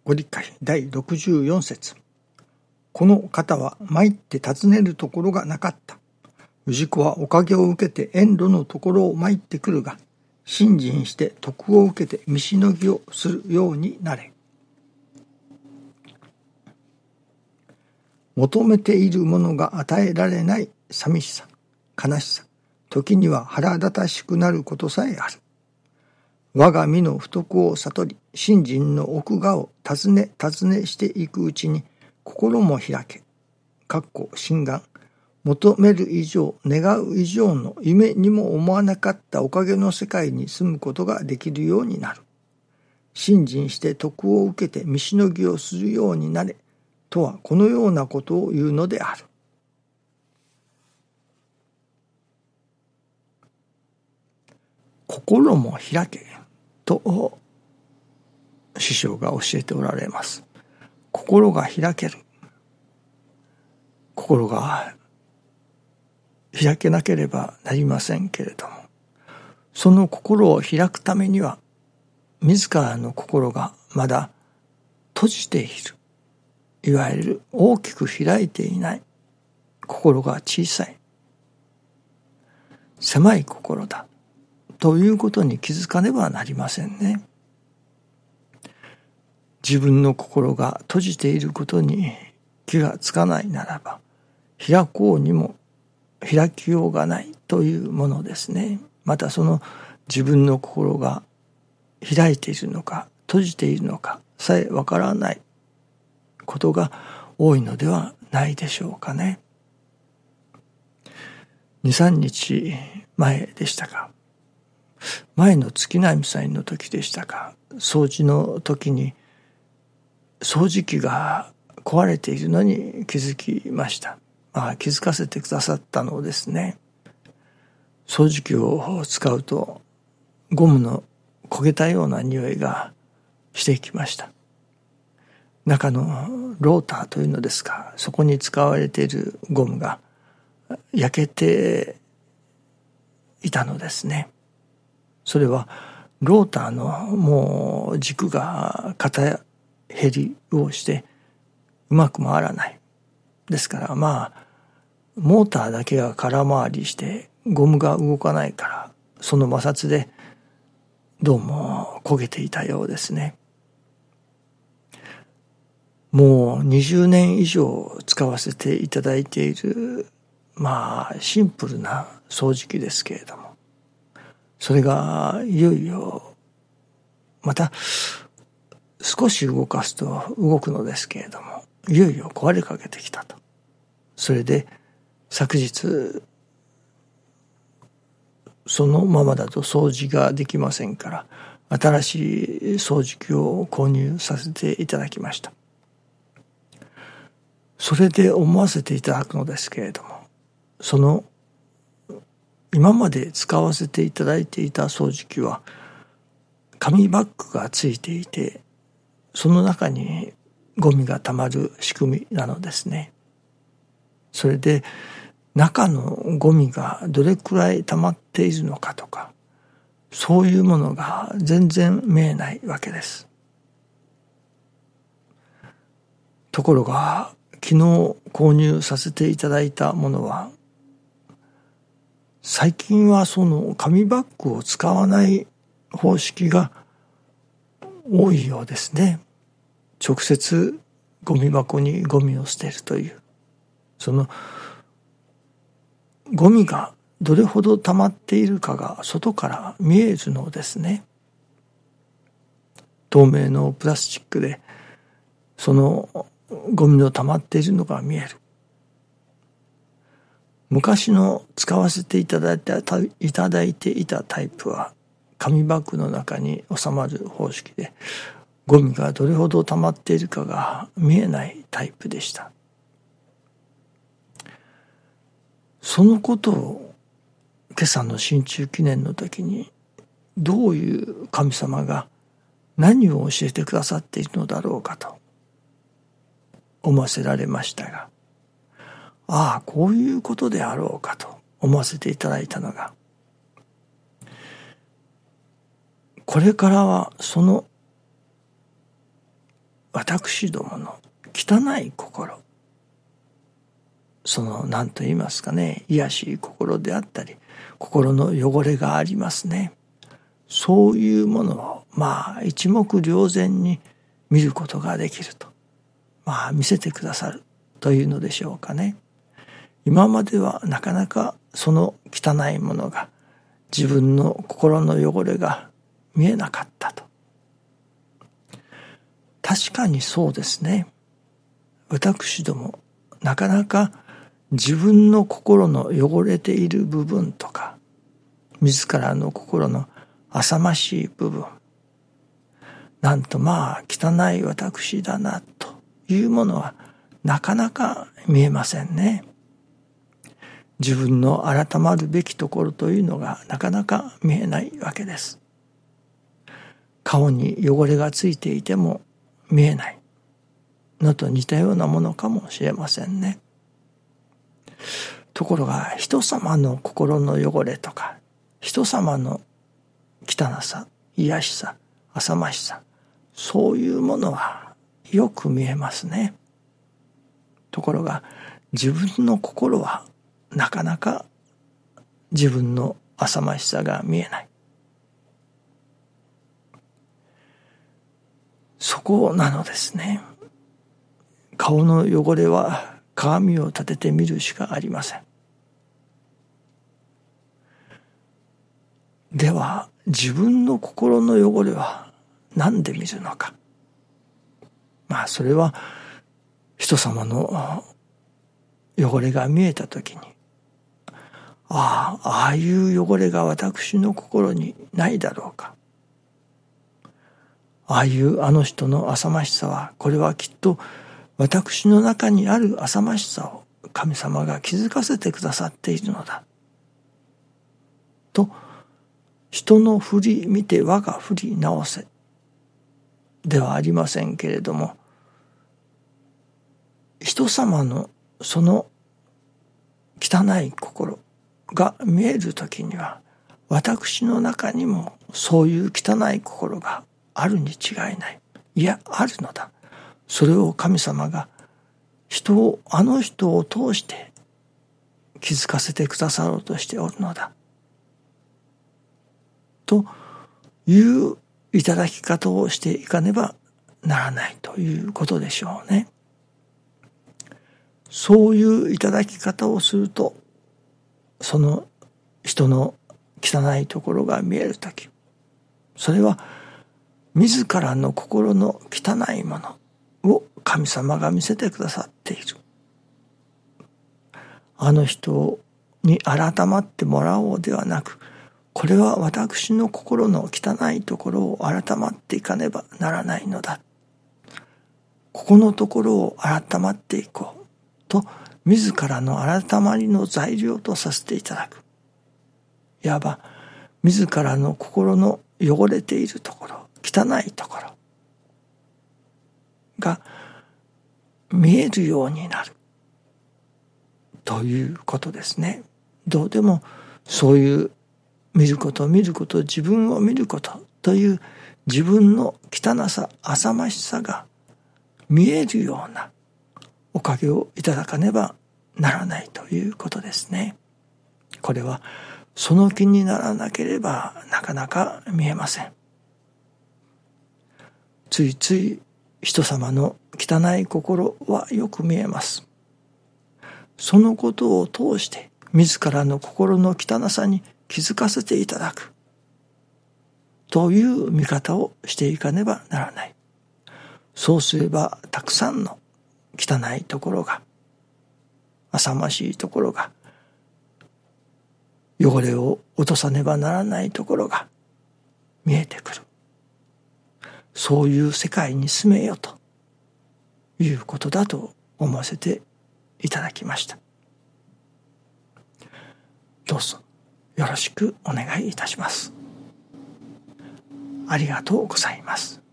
ご理解第64節。この方は参って尋ねるところがなかった。氏子はおかげを受けて遠路のところを参ってくるが、信心して徳を受けて見しのぎをするようになれ。求めているものが与えられない寂しさ、悲しさ、時には腹立たしくなることさえある。我が身の不徳を悟り、信心の奥がを尋ねしていくうちに、心も開け、心願、求める以上、願う以上の夢にも思わなかったおかげの世界に住むことができるようになる。信心して徳を受けて見しのぎをするようになれ、とはこのようなことを言うのである。心も開けと師匠が教えておられます。心が開ける。心が開けなければなりませんけれども、その心を開くためには、自らの心がまだ閉じている。いわゆる大きく開いていない。心が小さい。狭い心だ。ということに気づかねばなりませんね。自分の心が閉じていることに気がつかないならば、開こうにも開きようがないというものですね。またその自分の心が開いているのか閉じているのかさえわからないことが多いのではないでしょうかね。2、3日前でしたか。前の月並祭の時でしたか。掃除の時に掃除機が壊れているのに気づきました。気づかせてくださったのですね。掃除機を使うとゴムの焦げたような匂いがしてきました。中のローターというのですか、そこに使われているゴムが焼けていたのですね。それはローターのもう軸が片減りをしてうまく回らない。ですからモーターだけが空回りしてゴムが動かないから、その摩擦でどうも焦げていたようですね。もう20年以上使わせていただいているシンプルな掃除機ですけれども、それがいよいよまた少し動かすと動くのですけれども、いよいよ壊れかけてきたと。それで昨日そのままだと掃除ができませんから、新しい掃除機を購入させていただきました。それで思わせていただくのですけれども、その今まで使わせていただいていた掃除機は紙バッグがついていて、その中にゴミがたまる仕組みなのですね。それで中のゴミがどれくらい溜まっているのかとか、そういうものが全然見えないわけです。ところが昨日購入させていただいたものは、最近はその紙バッグを使わない方式が多いようですね。直接ゴミ箱にゴミを捨てるという、そのゴミがどれほど溜まっているかが外から見えるのですね。透明のプラスチックでそのゴミの溜まっているのが見える。昔の使わせていただいていたタイプは紙バッグの中に収まる方式で、ゴミがどれほど溜まっているかが見えないタイプでした。そのことを今朝の新中記念の時に、どういう神様が何を教えてくださっているのだろうかと思わせられましたが、こういうことであろうかと思わせていただいたのが、これからはその私どもの汚い心、その何と言いますかね、卑しい心であったり、心の汚れがありますね。そういうものを一目瞭然に見ることができると、見せてくださるというのでしょうかね。今まではなかなかその汚いものが、自分の心の汚れが見えなかったと。確かにそうですね。私どもなかなか自分の心の汚れている部分とか、自らの心の浅ましい部分、なんと汚い私だなというものはなかなか見えませんね。自分の改まるべきところというのがなかなか見えないわけです。顔に汚れがついていても見えないのと似たようなものかもしれませんね。ところが人様の心の汚れとか、人様の汚さ、卑しさ、浅ましさ、そういうものはよく見えますね。ところが自分の心はなかなか自分の浅ましさが見えない。そこなのですね。顔の汚れは鏡を立てて見るしかありません。では自分の心の汚れは何で見るのか。それは人様の汚れが見えたときに、ああいう汚れが私の心にないだろうか。あの人の浅ましさは、これはきっと私の中にある浅ましさを神様が気づかせてくださっているのだ。と、人の振り見て我が振り直せではありませんけれども、人様のその汚い心が見えるときには、私の中にもそういう汚い心があるに違いない。いや、あるのだ。それを神様があの人を通して気づかせてくださろうとしておるのだ。といういただき方をしていかねばならないということでしょうね。そういういただき方をすると、その人の汚いところが見えるとき、それは自らの心の汚いものを神様が見せてくださっている。あの人に改まってもらおうではなく、これは私の心の汚いところを改まっていかねばならないのだ。ここのところを改まっていこうと、自らの改まりの材料とさせていただく。いわば自らの心の汚れているところ、汚いところが見えるようになるということですね。どうでもそういう見ること、自分を見ることという自分の汚さ、浅ましさが見えるようなおかげをいただかねばならないということですね。これはその気にならなければなかなか見えません。ついつい人様の汚い心はよく見えます。そのことを通して自らの心の汚さに気づかせていただくという見方をしていかねばならない。そうすればたくさんの汚いところが、浅ましいところが、汚れを落とさねばならないところが見えてくる。そういう世界に住めよということだと思わせていただきました。どうぞよろしくお願いいたします。ありがとうございます。